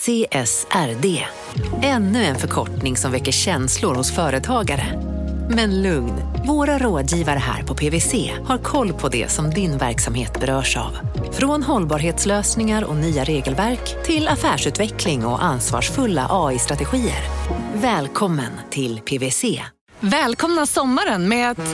CSRD. Ännu en förkortning som väcker känslor hos företagare. Men lugn, våra rådgivare här på PwC har koll på det som din verksamhet berörs av. Från hållbarhetslösningar och nya regelverk till affärsutveckling och ansvarsfulla AI-strategier. Välkommen till PwC. Välkomna sommaren med att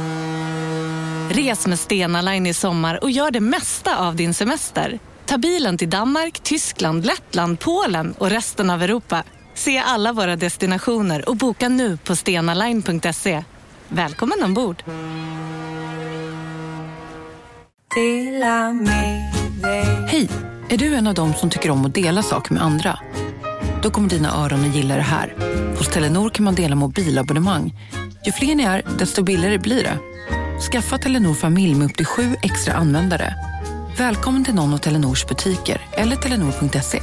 res med Stena Line i sommar och gör det mesta av din semester. Ta bilen till Danmark, Tyskland, Lettland, Polen och resten av Europa. Se alla våra destinationer och boka nu på stenaline.se. Välkommen ombord! Hej, är du en av dem som tycker om att dela saker med andra? Då kommer dina öron att gilla det här. Hos Telenor kan man dela mobilabonnemang. Ju fler ni är, desto billigare blir det. Skaffa Telenor familj med upp till 7 extra användare. Välkommen till någon av Telenors butiker eller telenor.se.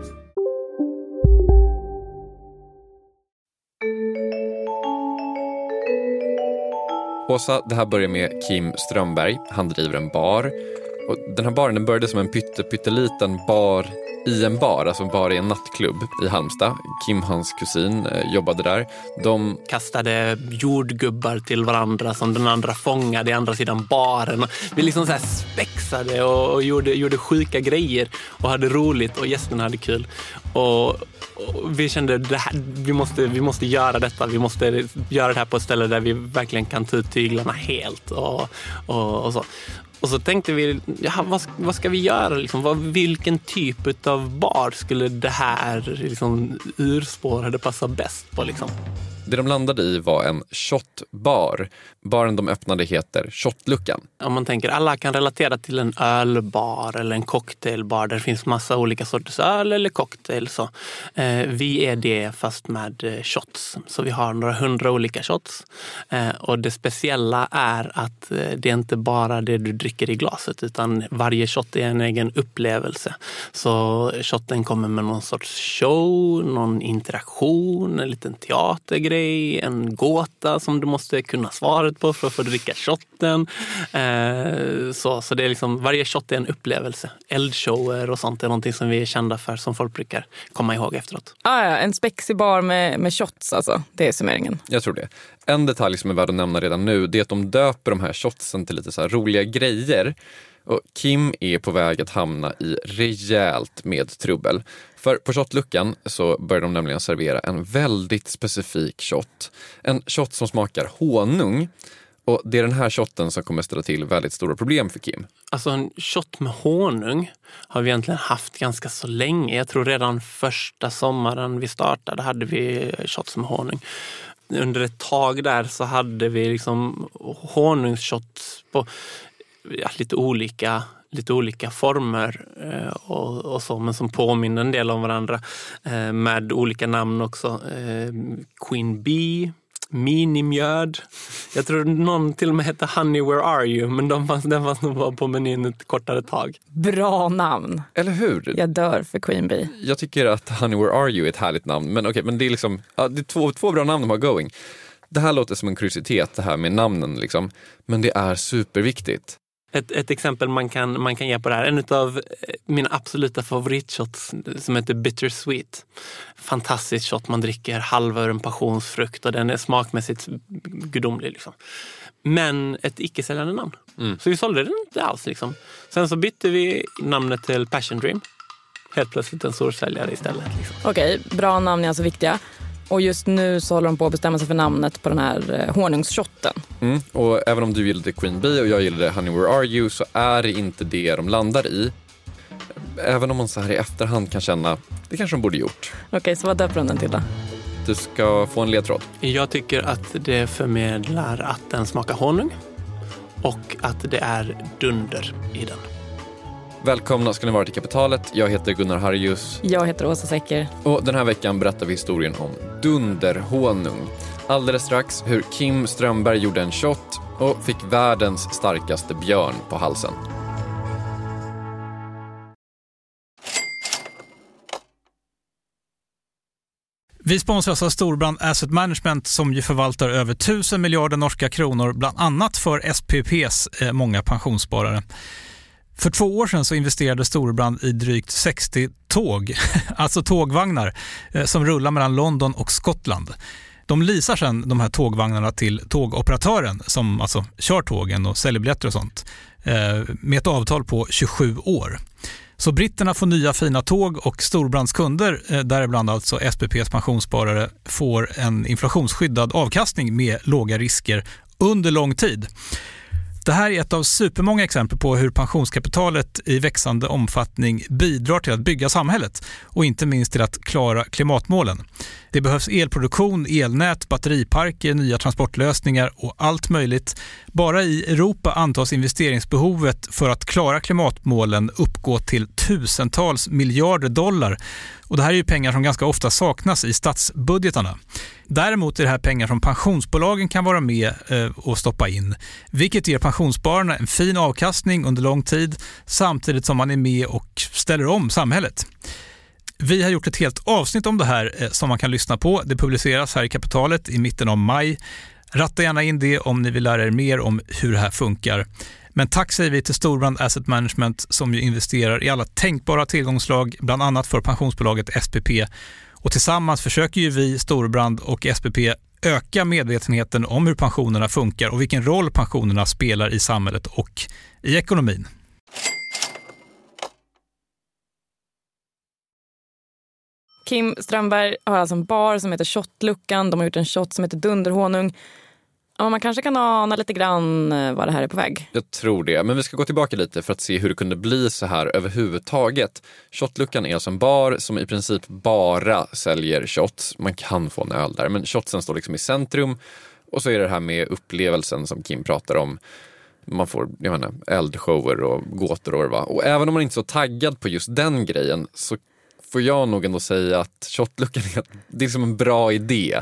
Åsa, det här börjar med Kim Strömberg. Han driver en bar. Och den här baren började som en pytteliten bar i en bar, alltså en bar i en nattklubb i Halmstad. Kim, hans kusin, jobbade där. De kastade jordgubbar till varandra som den andra fångade i andra sidan baren. Vi liksom så här spexade och gjorde sjuka grejer och hade roligt och gästerna hade kul. Och vi kände det här, vi måste göra detta. Vi måste göra det här på ett ställe där vi verkligen kan ta ut tyglarna helt och så. Och så tänkte vi, vad ska vi göra? Liksom? Vilken typ av bar skulle det här liksom, urspårade passa bäst på? Liksom? Det de landade i var en shotbar. Baren de öppnade heter Shotluckan. Om man tänker, alla kan relatera till en ölbar eller en cocktailbar där det finns massa olika sorters öl eller cocktail. Så, vi är det fast med shots. Så vi har några 100 olika shots. Och det speciella är att det är inte bara det du dricker i glaset utan varje shot är en egen upplevelse. Så shotten kommer med någon sorts show, någon interaktion, en liten teatergrej, en gåta som du måste kunna svaret på för att få dricka shotten. Så det är liksom, varje shot är en upplevelse. Eldshower och sånt är någonting som vi är kända för, som folk brukar komma ihåg efteråt. Ja, en spexig bar med shots alltså. Det är summeringen. Jag tror det. En detalj som är värd att nämna redan nu, det är att de döper de här shotsen till lite så här roliga grejer. Och Kim är på väg att hamna i rejält med trubbel. För på shotluckan så börjar de nämligen servera en väldigt specifik shot. En shot som smakar honung. Och det är den här shotten som kommer ställa till väldigt stora problem för Kim. Alltså en shot med honung har vi egentligen haft ganska så länge. Jag tror redan första sommaren vi startade hade vi shots med honung. Under ett tag där så hade vi liksom honungsshots på lite olika former och så, men som påminner en del om varandra med olika namn också. Queen Bee, Minimjöd. Jag tror någon till och med hette Honey Where Are You, men den fanns nog på menyn ett kortare tag. Bra namn. Eller hur? Jag dör för Queen Bee. Jag tycker att Honey Where Are You är ett härligt namn, men okej, men det är liksom det är två bra namn de har going. Det här låter som en kuriositet, det här med namnen liksom, men det är superviktigt. Ett exempel man kan ge på det här. En av mina absoluta favoritshots som heter Bittersweet. Fantastisk shot. Man dricker halva ur en passionsfrukt och den är smakmässigt gudomlig. Liksom. Men ett icke-säljande namn. Så vi sålde den inte alls. Liksom. Sen så bytte vi namnet till Passion Dream. Helt plötsligt en stor säljare istället. Liksom. Okej, bra namn är alltså viktiga. Och just nu så håller de på att bestämma sig för namnet på den här honungsshotten. Och även om du gillade Queen Bee och jag gillade Honey Where Are You så är det inte det de landar i. Även om man så här i efterhand kan känna, det kanske de borde gjort. Okej, så vad döper de den till då? Du ska få en ledtråd. Jag tycker att det förmedlar att den smakar honung och att det är dunder i den. Välkomna ska ni vara till Kapitalet. Jag heter Gunnar Harjus. Jag heter Åsa Secker. Och den här veckan berättar vi historien om dunderhonung. Alldeles strax hur Kim Strömberg gjorde en shot och fick världens starkaste björn på halsen. Vi sponsras av Storbrand Asset Management som ju förvaltar över 1000 miljarder norska kronor, bland annat för SPPs många pensionssparare. För 2 år sedan så investerade Storebrand i drygt 60 tåg, alltså tågvagnar, som rullar mellan London och Skottland. De leasar sedan de här tågvagnarna till tågoperatören som alltså kör tågen och säljer biljetter och sånt med ett avtal på 27 år. Så britterna får nya fina tåg och Storebrands kunder, däribland alltså SPPs pensionssparare, får en inflationsskyddad avkastning med låga risker under lång tid. Det här är ett av supermånga exempel på hur pensionskapitalet i växande omfattning bidrar till att bygga samhället och inte minst till att klara klimatmålen. Det behövs elproduktion, elnät, batteriparker, nya transportlösningar och allt möjligt. Bara i Europa antas investeringsbehovet för att klara klimatmålen uppgå till tusentals miljarder dollar. Och det här är ju pengar som ganska ofta saknas i statsbudgetarna. Däremot är det här pengar som pensionsbolagen kan vara med och stoppa in, vilket ger pensionsspararna en fin avkastning under lång tid samtidigt som man är med och ställer om samhället. Vi har gjort ett helt avsnitt om det här som man kan lyssna på. Det publiceras här i Kapitalet i mitten av maj. Ratta gärna in det om ni vill lära er mer om hur det här funkar. Men tack säger vi till Storebrand Asset Management som ju investerar i alla tänkbara tillgångslag, bland annat för pensionsbolaget SPP. Och tillsammans försöker ju vi, Storebrand och SPP, öka medvetenheten om hur pensionerna funkar och vilken roll pensionerna spelar i samhället och i ekonomin. Kim Strömberg har alltså en bar som heter Shotluckan. De har gjort en shot som heter Dunderhonung. Ja, man kanske kan ana lite grann vad det här är på väg. Jag tror det, men vi ska gå tillbaka lite för att se hur det kunde bli så här överhuvudtaget. Shotluckan är alltså en bar som i princip bara säljer shots. Man kan få en öl där, men shotsen står liksom i centrum. Och så är det här med upplevelsen som Kim pratar om. Man får, eldshower och gåtor och va. Och även om man inte är så taggad på just den grejen så får jag nog ändå säga att Shotluckan det är som en bra idé.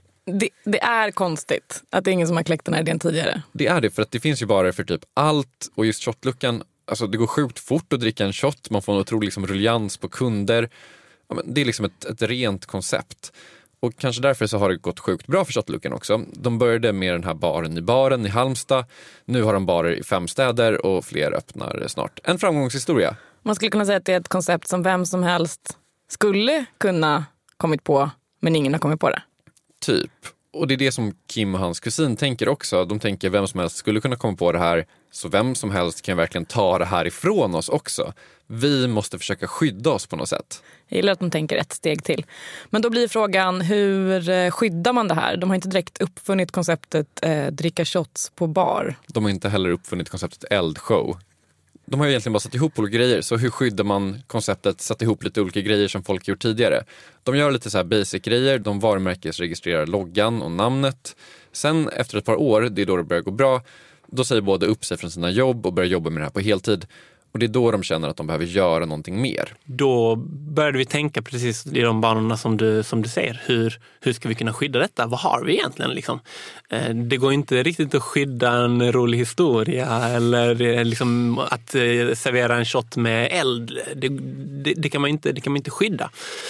Det är konstigt att det är ingen som har kläckt den här idén tidigare. Det är det, för att det finns ju bara för typ allt. Och just Shotluckan, alltså det går sjukt fort att dricka en shot. Man får en otrolig liksom ruljans på kunder. Ja, men det är liksom ett rent koncept. Och kanske därför så har det gått sjukt bra för Shotluckan också. De började med den här baren i Halmstad. Nu har de barer i 5 städer och fler öppnar snart. En framgångshistoria. Man skulle kunna säga att det är ett koncept som vem som helst skulle kunna kommit på, men ingen har kommit på det. Typ. Och det är det som Kim och hans kusin tänker också. De tänker vem som helst skulle kunna komma på det här. Så vem som helst kan verkligen ta det här ifrån oss också. Vi måste försöka skydda oss på något sätt. Jag gillar att de tänker ett steg till. Men då blir frågan, hur skyddar man det här? De har inte direkt uppfunnit konceptet dricka shots på bar. De har inte heller uppfunnit konceptet eldshow. De har ju egentligen bara satt ihop olika grejer. Så hur skyddar man konceptet, satt ihop lite olika grejer som folk gjort tidigare? De gör lite så här basic grejer. De varumärkesregistrerar loggan och namnet. Sen efter ett par år, det är då det börjar gå bra. Då säger båda upp sig från sina jobb och börjar jobba med det här på heltid. Och det är då de känner att de behöver göra någonting mer. Då började vi tänka precis i de banorna som du säger. Hur ska vi kunna skydda detta? Vad har vi egentligen? Liksom? Det går inte riktigt att skydda en rolig historia eller liksom att servera en shot med eld. Det kan man inte skydda.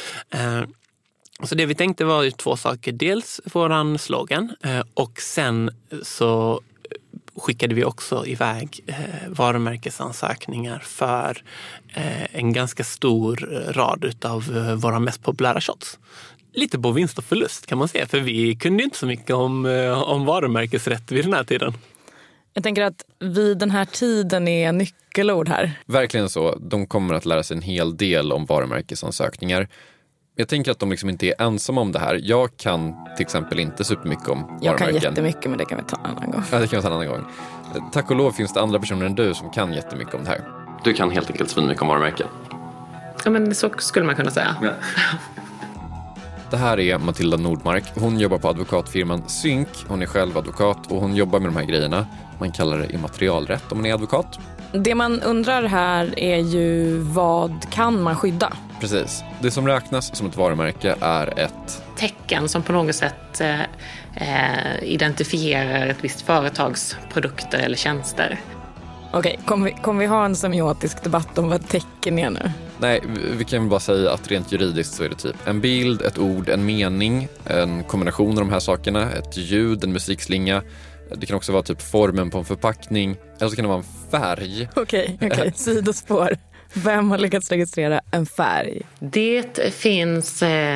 Så det vi tänkte var 2 saker. Dels våran slogan och sen så skickade vi också iväg varumärkesansökningar för en ganska stor rad utav våra mest populära shots. Lite på vinst och förlust kan man säga, för vi kunde inte så mycket om varumärkesrätt vid den här tiden. Jag tänker att vid den här tiden är nyckelord här. Verkligen så. De kommer att lära sig en hel del om varumärkesansökningar. Jag tänker att de liksom inte är ensamma om det här. Jag kan till exempel inte supermycket om varumärken. Jag kan jättemycket, men det kan vi ta en annan gång. Ja, det kan vi ta en annan gång. Tack och lov finns det andra personer än du som kan jättemycket om det här. Du kan helt enkelt svinmycket om varumärken. Ja, men så skulle man kunna säga. Ja. Det här är Matilda Nordmark. Hon jobbar på advokatfirman Sync. Hon är själv advokat och hon jobbar med de här grejerna. Man kallar det immaterialrätt om man är advokat. Det man undrar här är ju vad kan man skydda? Precis. Det som räknas som ett varumärke är ett tecken som på något sätt identifierar ett visst företags produkter eller tjänster. Okej, kommer vi ha en semiotisk debatt om vad tecken är nu? Nej, vi kan bara säga att rent juridiskt så är det typ en bild, ett ord, en mening, en kombination av de här sakerna, ett ljud, en musikslinga, Det kan också vara typ formen på en förpackning. Eller så kan det vara en färg. Okej. Sidospår. Vem har lyckats registrera en färg? Det finns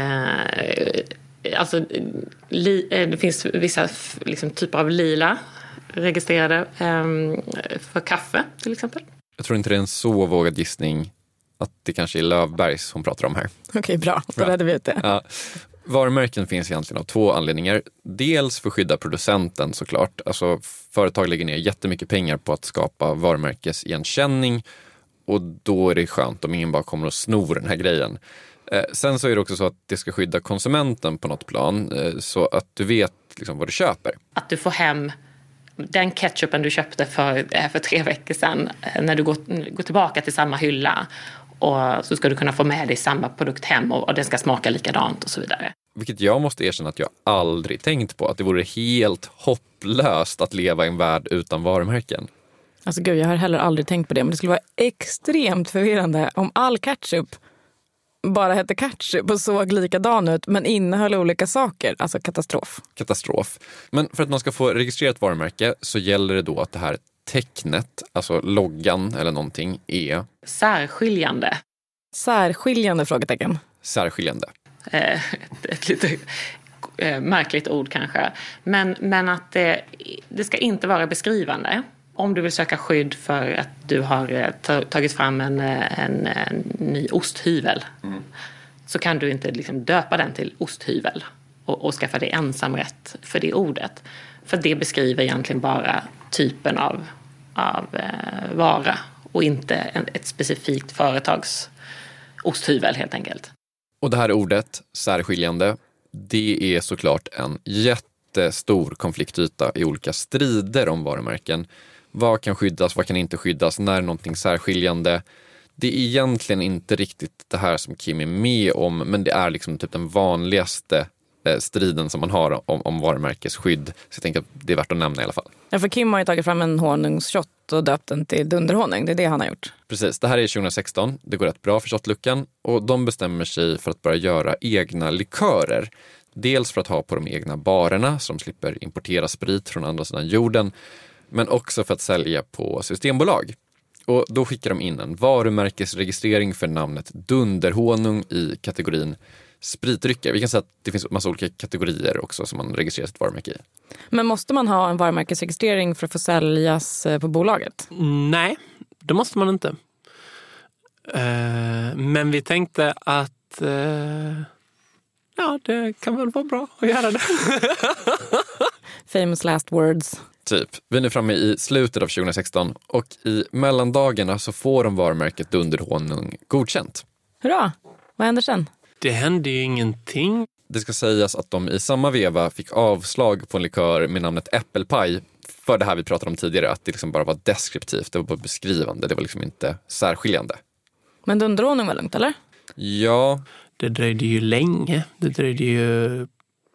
det finns vissa liksom, typer av lila registrerade för kaffe till exempel. Jag tror inte det är en så vågad gissning att det kanske är Löfbergs hon pratar om här. Okej, bra. Då redde vi ut det. Ja. Varumärken finns egentligen av 2 anledningar. Dels för att skydda producenten såklart. Alltså företag lägger ner jättemycket pengar på att skapa varumärkesigenkänning. Och då är det skönt om ingen bara kommer och snor den här grejen. Sen så är det också så att det ska skydda konsumenten på något plan. Så att du vet liksom vad du köper. Att du får hem den ketchupen du köpte för 3 veckor sedan. När du går tillbaka till samma hylla. Och så ska du kunna få med dig samma produkt hem och den ska smaka likadant och så vidare. Vilket jag måste erkänna att jag aldrig tänkt på. Att det vore helt hopplöst att leva i en värld utan varumärken. Alltså gud, jag har heller aldrig tänkt på det. Men det skulle vara extremt förvirrande om all ketchup bara hette ketchup och såg likadan ut men innehöll olika saker. Alltså katastrof. Men för att man ska få registrerat varumärke så gäller det då att det här tecknet, alltså loggan eller någonting, är särskiljande. Särskiljande frågetecken. Särskiljande. Ett lite märkligt ord kanske. Men att det ska inte vara beskrivande. Om du vill söka skydd för att du har tagit fram en ny osthyvel så kan du inte liksom döpa den till osthyvel och skaffa dig ensamrätt för det ordet. För det beskriver egentligen bara typen av vara och inte ett specifikt företags osthyvel helt enkelt. Och det här ordet, särskiljande, det är såklart en jättestor konfliktyta i olika strider om varumärken. Vad kan skyddas, vad kan inte skyddas, när är någonting särskiljande? Det är egentligen inte riktigt det här som Kim är med om, men det är liksom typ den vanligaste striden som man har om varumärkesskydd. Så jag tänker att det är värt att nämna i alla fall. Ja, för Kim har ju tagit fram en honungsshot och döpt den till dunderhonung. Det är det han har gjort. Precis, det här är 2016. Det går rätt bra för shotluckan och de bestämmer sig för att börja göra egna likörer. Dels för att ha på de egna barerna så de slipper importera sprit från andra sidan jorden. Men också för att sälja på systembolag. Och då skickar de in en varumärkesregistrering för namnet dunderhonung i kategorin spritdrycker. Vi kan säga att det finns massa olika kategorier också som man registrerar sitt varumärke i. Men måste man ha en varumärkesregistrering för att få säljas på bolaget? Nej, det måste man inte. Men vi tänkte att det kan väl vara bra att göra det. Famous last words. Typ. Vi är nu framme i slutet av 2016 och i mellandagarna så får de varumärket dunderhonung godkänt. Hurra! Vad händer sen? Det hände ju ingenting. Det ska sägas att de i samma veva fick avslag på en likör med namnet äppelpaj för det här vi pratade om tidigare, att det liksom bara var deskriptivt, det var bara beskrivande, det var liksom inte särskiljande. Men dunderhonung var lugnt, eller? Ja. Det dröjde ju länge. Det dröjde ju...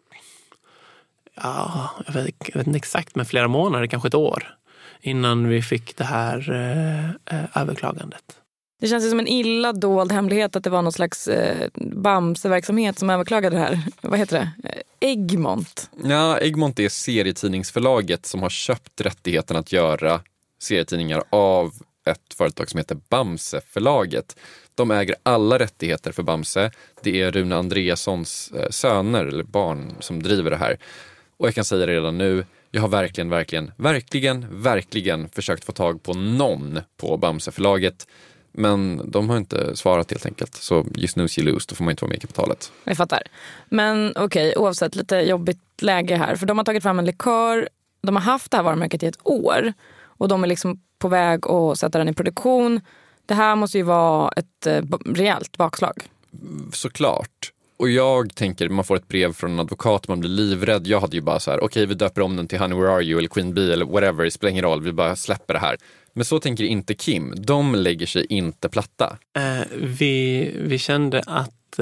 Ja, jag vet inte exakt, men flera månader, kanske ett år innan vi fick det här överklagandet. Det känns ju som en illa dold hemlighet att det var någon slags Bamse-verksamhet som överklagade det här. Vad heter det? Egmont. Ja, Egmont är serietidningsförlaget som har köpt rättigheten att göra serietidningar av ett företag som heter Bamse-förlaget. De äger alla rättigheter för Bamse. Det är Rune Andreassons söner eller barn som driver det här. Och jag kan säga redan nu, jag har verkligen försökt få tag på någon på Bamse-förlaget. Men de har inte svarat helt enkelt. Så just nu you lose, då får man inte vara med i kapitalet. Jag fattar. Men okej, oavsett lite jobbigt läge här. För de har tagit fram en likör. De har haft det här varumärket i ett år. Och de är liksom på väg att sätta den i produktion. Det här måste ju vara ett rejält bakslag. Såklart. Och jag tänker, man får ett brev från en advokat, man blir livrädd. Jag hade ju bara så här, okej, vi döper om den till Honey Where Are You eller Queen Bee eller whatever, det spelar ingen roll, vi bara släpper det här. Men så tänker inte Kim. De lägger sig inte platta. Vi kände att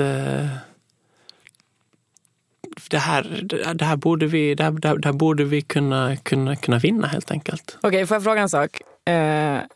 det här borde vi kunna vinna helt enkelt. Okej, får jag fråga en sak?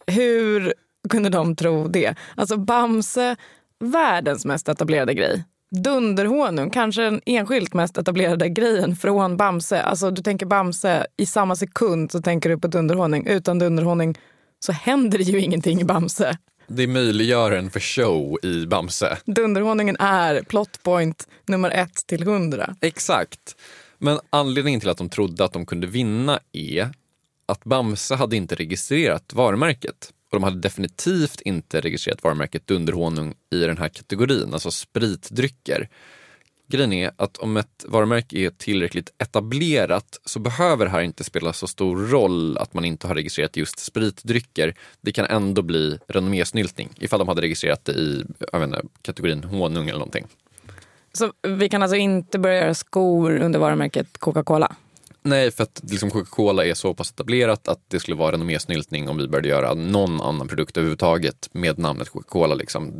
Hur kunde de tro det? Alltså Bamse, världens mest etablerade grej. Dunderhonung, kanske den enskilt mest etablerade grejen från Bamse. Alltså du tänker Bamse, i samma sekund så tänker du på dunderhonung. Utan dunderhonung så händer det ju ingenting i Bamse. Det möjliggör en för show i Bamse. Dunderhonungen är plotpoint nummer 1 till 100. Exakt. Men anledningen till att de trodde att de kunde vinna är att Bamse hade inte registrerat varumärket. Och de hade definitivt inte registrerat varumärket dunderhonung i den här kategorin, alltså spritdrycker. Grejen är att om ett varumärke är tillräckligt etablerat så behöver det här inte spela så stor roll att man inte har registrerat just spritdrycker. Det kan ändå bli renommésnyltning ifall de hade registrerat det i kategorin honung eller någonting. Så vi kan alltså inte börja göra skor under varumärket Coca-Cola? Nej, för att liksom Coca-Cola är så pass etablerat att det skulle vara renommésnyltning om vi började göra någon annan produkt överhuvudtaget med namnet Coca-Cola. Liksom.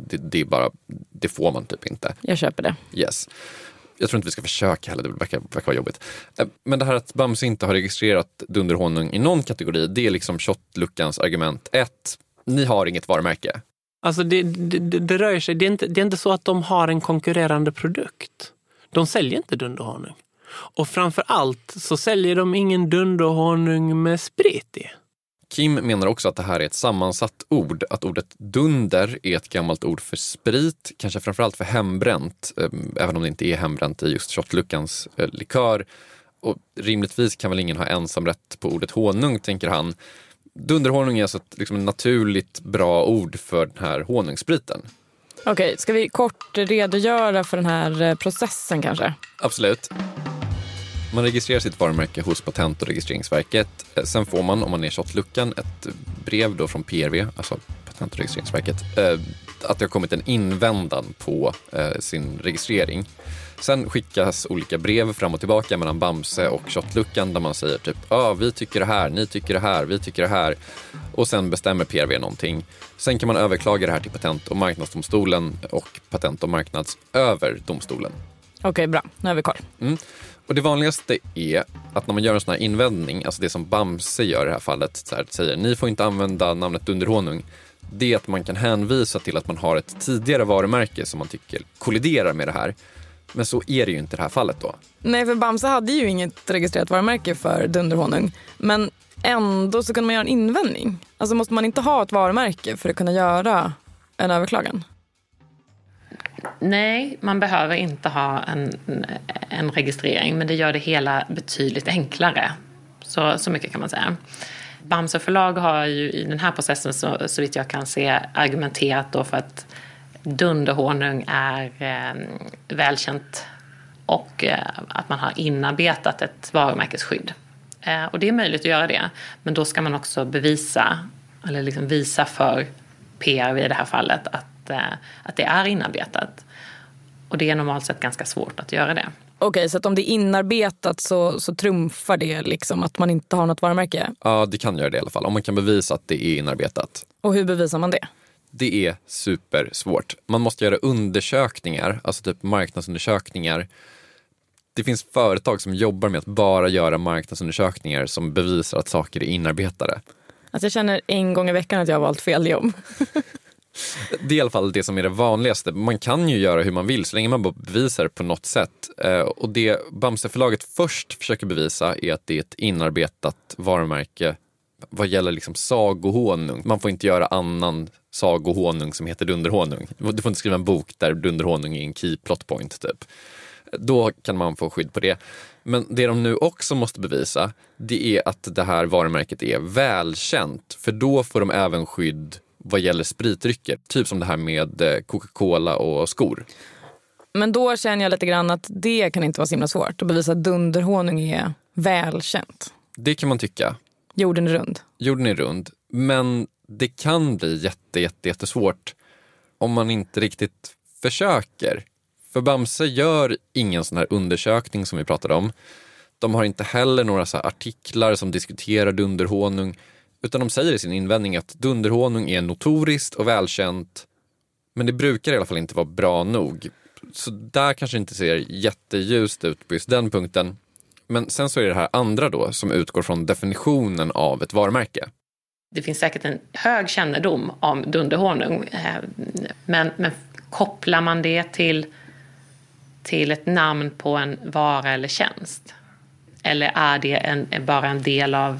Det får man typ inte. Jag köper det. Yes. Jag tror inte vi ska försöka heller, det verkar vara jobbigt. Men det här att Bamse inte har registrerat dunderhonung i någon kategori, det är liksom shotluckans argument 1. Ni har inget varumärke. Alltså det rör sig, det är inte så att de har en konkurrerande produkt. De säljer inte dunderhonung. Och framför allt så säljer de ingen dunderhonung med sprit i. Kim menar också att det här är ett sammansatt ord. Att ordet dunder är ett gammalt ord för sprit, kanske framförallt för hembränt, även om det inte är hembränt i just shotluckans likör. Och rimligtvis kan väl ingen ha ensamrätt på ordet honung, tänker han. Dunderhonung är alltså ett naturligt bra ord för den här honungsspriten. Okej, ska vi kort redogöra för den här processen kanske? Absolut. Man registrerar sitt varumärke hos Patent- och registreringsverket. Sen får man, om man är shotluckan, ett brev då från PRV, alltså Patent- och registreringsverket, att det har kommit en invändan på sin registrering. Sen skickas olika brev fram och tillbaka mellan Bamse och shotluckan där man säger typ, vi tycker det här, ni tycker det här, vi tycker det här. Och sen bestämmer PRV någonting. Sen kan man överklaga det här till Patent- och marknadsdomstolen och Patent- och marknadsöverdomstolen. Okej, bra. Nu är vi kvar. Och det vanligaste är att när man gör en sån här invändning, alltså det som Bamse gör i det här fallet, så här, säger ni får inte använda namnet dunderhonung, det är att man kan hänvisa till att man har ett tidigare varumärke som man tycker kolliderar med det här. Men så är det ju inte i det här fallet då. Nej, för Bamse hade ju inget registrerat varumärke för dunderhonung. Men ändå så kunde man göra en invändning. Alltså måste man inte ha ett varumärke för att kunna göra en överklagan? Nej, man behöver inte ha en registrering, men det gör det hela betydligt enklare. Så mycket kan man säga. Bamse förlag har ju i den här processen så vitt jag kan se argumenterat då för att dunderhonung är välkänt och att man har inarbetat ett varumärkesskydd. Och det är möjligt att göra det, men då ska man också bevisa, eller liksom visa för PRV i det här fallet att det är inarbetat. Och det är normalt sett ganska svårt att göra det. Okej, så att om det är inarbetat så trumfar det liksom att man inte har något varumärke? Ja, det kan göra det i alla fall. Om man kan bevisa att det är inarbetat. Och hur bevisar man det? Det är supersvårt. Man måste göra undersökningar, alltså typ marknadsundersökningar. Det finns företag som jobbar med att bara göra marknadsundersökningar som bevisar att saker är inarbetade. Alltså jag känner en gång i veckan att jag har valt fel jobb. Det är i alla fall det som är det vanligaste. Man kan ju göra hur man vill så länge man bara bevisar på något sätt. Och det Bamse-förlaget först försöker bevisa är att det är ett inarbetat varumärke vad gäller liksom sagohonung. Man får inte göra annan sagohonung som heter dunderhonung. Du får inte skriva en bok där dunderhonung är en key plot point typ. Då kan man få skydd på det. Men det de nu också måste bevisa, det är att det här varumärket är välkänt. För då får de även skydd vad gäller spritdrycker. Typ som det här med Coca-Cola och skor. Men då känner jag lite grann att det kan inte vara så himla svårt att bevisa att dunderhonung är välkänt. Det kan man tycka. Jorden är rund. Jorden är rund. Men det kan bli jättesvårt om man inte riktigt försöker. För Bamse gör ingen sån här undersökning som vi pratade om. De har inte heller några så här artiklar som diskuterar dunderhonung. Utan de säger i sin invändning att dunderhonung är notoriskt och välkänt. Men det brukar i alla fall inte vara bra nog. Så där kanske inte ser jätteljust ut på just den punkten. Men sen så är det här andra då som utgår från definitionen av ett varumärke. Det finns säkert en hög kännedom om dunderhonung. Men kopplar man det till till ett namn på en vara eller tjänst? Eller är det bara en del av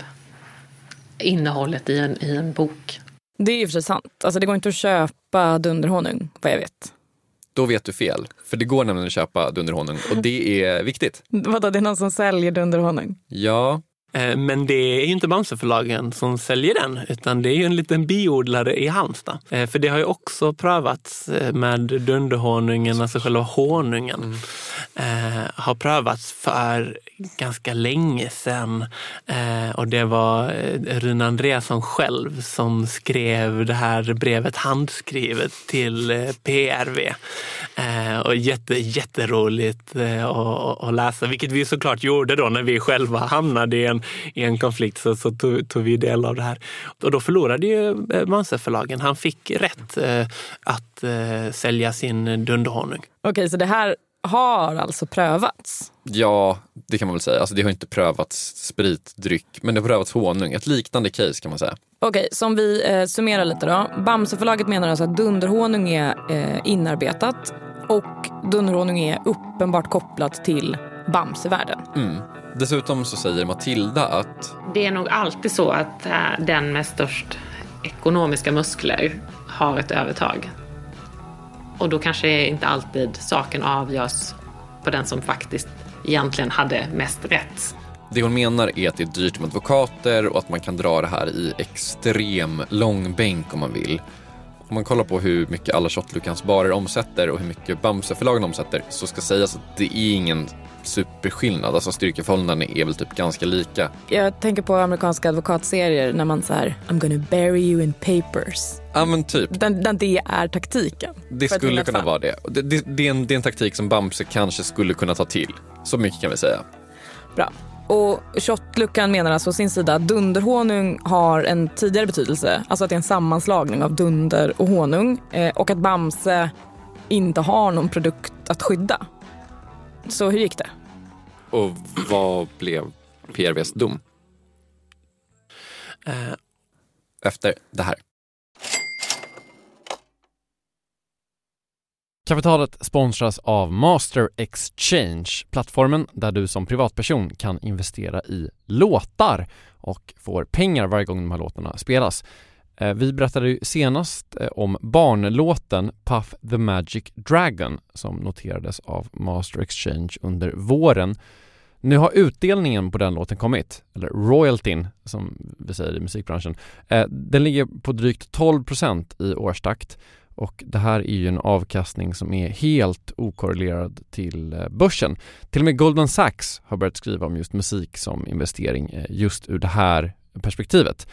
innehållet i en bok? Det är ju för sig sant. Alltså det går inte att köpa dunderhonung, vad jag vet. Då vet du fel. För det går nämligen att köpa dunderhonung och det är viktigt. Vadå, det är någon som säljer dunderhonung? Ja. Men det är ju inte Bamseförlagen som säljer den, utan det är ju en liten biodlare i Halmstad. För det har ju också prövats med dunderhonungen, alltså själva honungen. Har prövats för ganska länge sedan. Och det var Rune Andreasson själv som skrev det här brevet handskrivet till PRV. Och jätteroligt att läsa, vilket vi såklart gjorde då när vi själva hamnade i en konflikt, så tog vi del av det här. Och då förlorade ju Bamseförlagen. Han fick rätt att sälja sin dunderhonung. Okej, så det här har alltså prövats? Ja, det kan man väl säga. Alltså det har inte prövats spritdryck, men det har prövats honung. Ett liknande case kan man säga. Okej, så om vi summerar lite då. Bamseförlaget menar alltså att dunderhonung är inarbetat och dunderhonung är uppenbart kopplat till Bamsevärlden. Dessutom så säger Matilda att det är nog alltid så att den med störst ekonomiska muskler har ett övertag. Och då kanske inte alltid saken avgörs på den som faktiskt egentligen hade mest rätt. det hon menar är att det är dyrt med advokater och att man kan dra det här i extrem långbänk om man vill. Om man kollar på hur mycket alla Shotluckans barer omsätter och hur mycket Bamseförlagen omsätter, så ska sägas att det är ingen superskillnad. Alltså styrkeförhållandena är väl typ ganska lika. Jag tänker på amerikanska advokatserier när man säger I'm gonna bury you in papers. Ja, men typ. Det är taktiken. Det skulle kunna vara det. Det är en taktik som Bamse kanske skulle kunna ta till. Så mycket kan vi säga. Bra. Och Shotluckan menar alltså å sin sida att dunderhonung har en tidigare betydelse. Alltså att det är en sammanslagning av dunder och honung. Och att Bamse inte har någon produkt att skydda. Så hur gick det? Och vad blev PRVs dom? Efter det här. Kapitalet sponsras av Master Exchange, plattformen där du som privatperson kan investera i låtar och får pengar varje gång de här låtarna spelas. Vi berättade ju senast om barnlåten Puff the Magic Dragon som noterades av Master Exchange under våren. Nu har utdelningen på den låten kommit, eller royaltyn som vi säger i musikbranschen. Den ligger på drygt 12% i årstakt. Och det här är ju en avkastning som är helt okorrelerad till börsen. Till och med Goldman Sachs har börjat skriva om just musik som investering just ur det här perspektivet.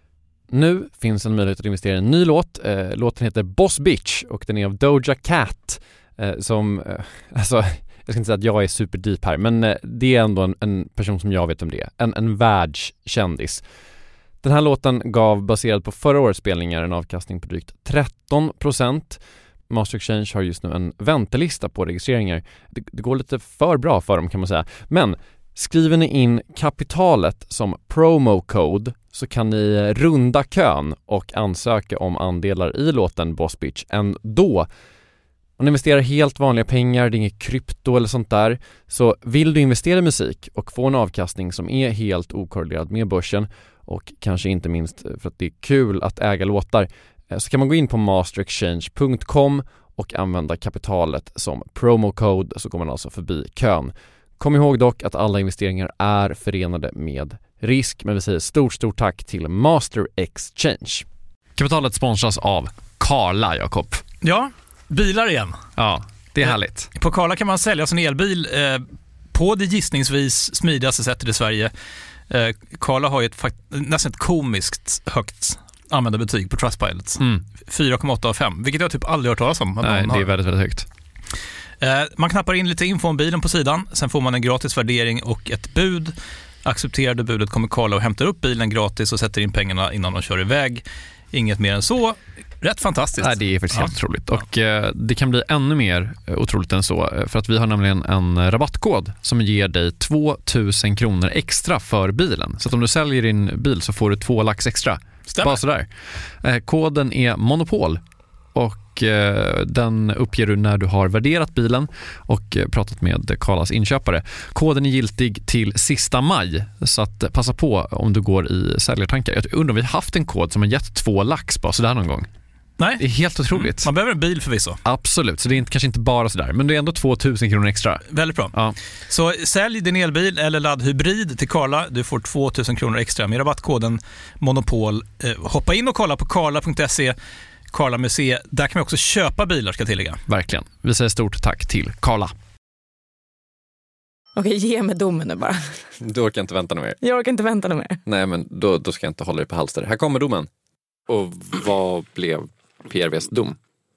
Nu finns en möjlighet att investera i en ny låt. Låten heter Boss Bitch och den är av Doja Cat som, alltså jag ska inte säga att jag är superdeep här, men det är ändå en person som jag vet om det är. En världskändis. Den här låten gav, baserad på förra årets spelningar, en avkastning på drygt 13%. Master Exchange har just nu en väntelista på registreringar. Det går lite för bra för dem kan man säga. Men skriver ni in kapitalet som promo code så kan ni runda kön och ansöka om andelar i låten Boss Bitch ändå. Om ni investerar helt vanliga pengar, det är inget krypto eller sånt där, så vill du investera i musik och få en avkastning som är helt okorrelerad med börsen och kanske inte minst för att det är kul att äga låtar, så kan man gå in på masterexchange.com och använda kapitalet som promo code, så går man alltså förbi kön. Kom ihåg dock att alla investeringar är förenade med risk, men vi säger stort tack till Master Exchange. Kapitalet sponsras av Carla, Jakob. Ja, bilar igen. Ja, det är härligt. På Carla kan man sälja sin elbil på det gissningsvis smidigaste sättet i Sverige. Carla har ju nästan ett komiskt högt användarbetyg på Trustpilot. 4,8 av 5, vilket jag typ aldrig hört talas om. Nej, det är väldigt, väldigt högt. Man knappar in lite info om bilen på sidan. Sen får man en gratis värdering och ett bud. Accepterade budet kommer Carla och hämtar upp bilen gratis och sätter in pengarna innan de kör iväg. Inget mer än så. Rätt fantastiskt. Nej, det är faktiskt helt otroligt. Och det kan bli ännu mer otroligt än så. För att vi har nämligen en rabattkod som ger dig 2000 kronor extra för bilen. Så att om du säljer din bil så får du 2 lax extra. Stämmer. Bara sådär. Koden är Monopol. Och och den uppger du när du har värderat bilen och pratat med Carlas inköpare. Koden är giltig till sista maj, så att passa på om du går i säljartankar. Jag undrar om vi har haft en kod som har gett 2 lax bara sådär någon gång. Nej. Det är helt otroligt. Man behöver en bil förvisso. Absolut, så det är kanske inte bara sådär. Men det är ändå 2000 kronor extra. Väldigt bra. Ja. Så sälj din elbil eller laddhybrid till Carla. Du får 2000 kronor extra med rabattkoden Monopol. Hoppa in och kolla på carla.se, Carla Museet. Där kan vi också köpa bilar, ska tillägga. Verkligen. Vi säger stort tack till Carla. Okej, ge mig domen nu bara. Du orkar inte vänta något mer. Jag orkar inte vänta något mer. Nej, men då ska jag inte hålla dig på halster. Här kommer domen. Och vad blev PRVs dom?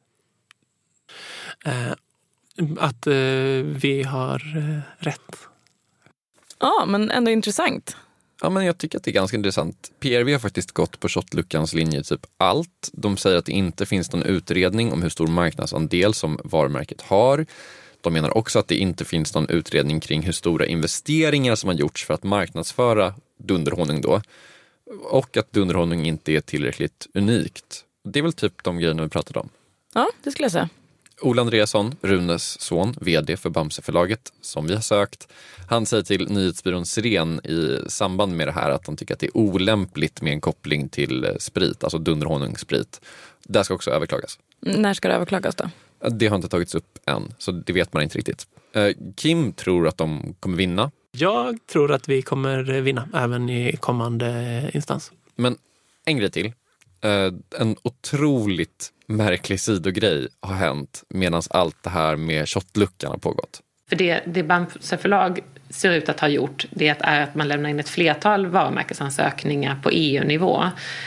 Att vi har rätt. Ja, men ändå intressant. Ja, men jag tycker att det är ganska intressant. PRV har faktiskt gått på shotluckans linje typ allt. De säger att det inte finns någon utredning om hur stor marknadsandel som varumärket har. De menar också att det inte finns någon utredning kring hur stora investeringar som har gjorts för att marknadsföra dunderhonung då. Och att dunderhonung inte är tillräckligt unikt. Det är väl typ de grejerna vi pratade om. Ja, det skulle jag säga. Ola Andreasson, Runes son, vd för Bamseförlaget, som vi har sökt. Han säger till nyhetsbyrån Siren i samband med det här att han tycker att det är olämpligt med en koppling till sprit, alltså dunderhonungssprit. Det ska också överklagas. När ska det överklagas då? Det har inte tagits upp än, så det vet man inte riktigt. Kim tror att de kommer vinna. Jag tror att vi kommer vinna även i kommande instans. Men en grej till. En otroligt märklig sidogrej har hänt medan allt det här med shotluckan har pågått. För det Bamseförlag ser ut att ha gjort, det är att man lämnar in ett flertal varumärkesansökningar på EU-nivå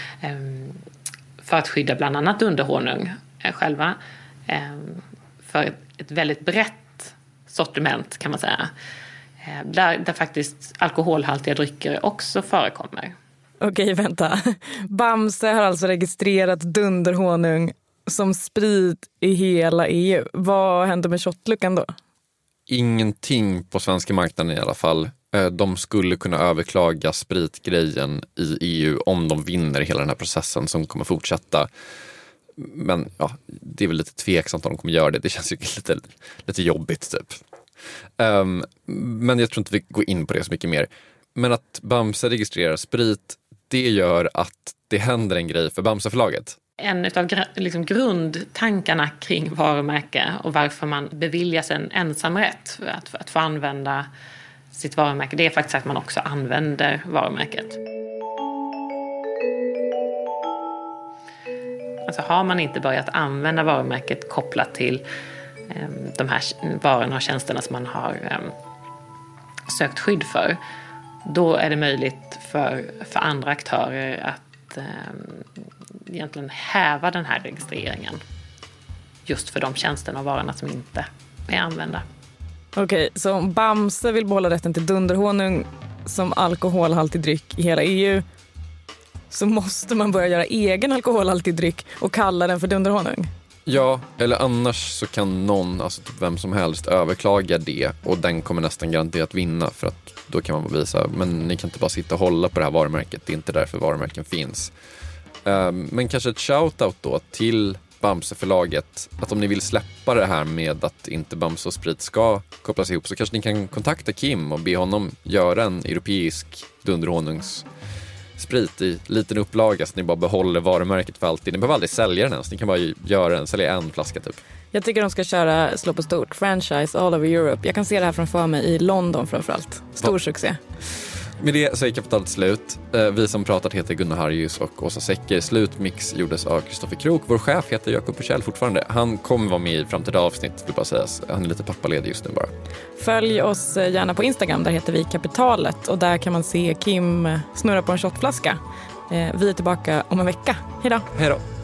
för att skydda bland annat dunderhonung själva. För ett väldigt brett sortiment kan man säga. Där faktiskt alkoholhaltiga drycker också förekommer. Okej, vänta. Bamse har alltså registrerat dunderhonung som sprit i hela EU. Vad händer med shotluckan då? Ingenting på svenska marknaden i alla fall. De skulle kunna överklaga spritgrejen i EU om de vinner hela den här processen som kommer fortsätta. Men ja, det är väl lite tveksamt om de kommer göra det. Det känns ju lite jobbigt typ. Men jag tror inte vi går in på det så mycket mer. Men att Bamse registrerar sprit, det gör att det händer en grej för Bamseförlaget. En av grundtankarna kring varumärke och varför man beviljas en ensamrätt för att få använda sitt varumärke, det är faktiskt att man också använder varumärket. Alltså har man inte börjat använda varumärket kopplat till de här varorna och tjänsterna som man har sökt skydd för, då är det möjligt för andra aktörer att egentligen häva den här registreringen just för de tjänsterna och varorna som inte är använda. Okej, så om Bamse vill behålla rätten till dunderhonung som alkoholhaltig dryck i hela EU, så måste man börja göra egen alkoholhaltig dryck och kalla den för dunderhonung? Ja, eller annars så kan någon, alltså typ vem som helst, överklaga det och den kommer nästan garanterat vinna, för att då kan man visa, men ni kan inte bara sitta och hålla på det här varumärket, det är inte därför varumärken finns. Men kanske ett shoutout då till Bamseförlaget, att om ni vill släppa det här med att inte Bamse och sprit ska kopplas ihop, så kanske ni kan kontakta Kim och be honom göra en europeisk dunderhonungssprit i liten upplaga så att ni bara behåller varumärket för alltid. Ni behöver aldrig sälja den ens, ni kan bara sälja en flaska typ. Jag tycker de ska köra slå på stort, franchise all over Europe. Jag kan se det här framför mig i London framförallt. Stor succé. Med det så är Kapitalet slut. Vi som pratat heter Gunnar Harjus och Åsa Secker. Slutmix gjordes av Kristoffer Krok. Vår chef heter Jakob Puchell fortfarande. Han kommer vara med i framtida avsnitt, vill bara sägas. Han är lite pappaledig just nu bara. Följ oss gärna på Instagram, där heter vi Kapitalet. Och där kan man se Kim snurra på en shotflaska. Vi är tillbaka om en vecka. Hej då! Hej då!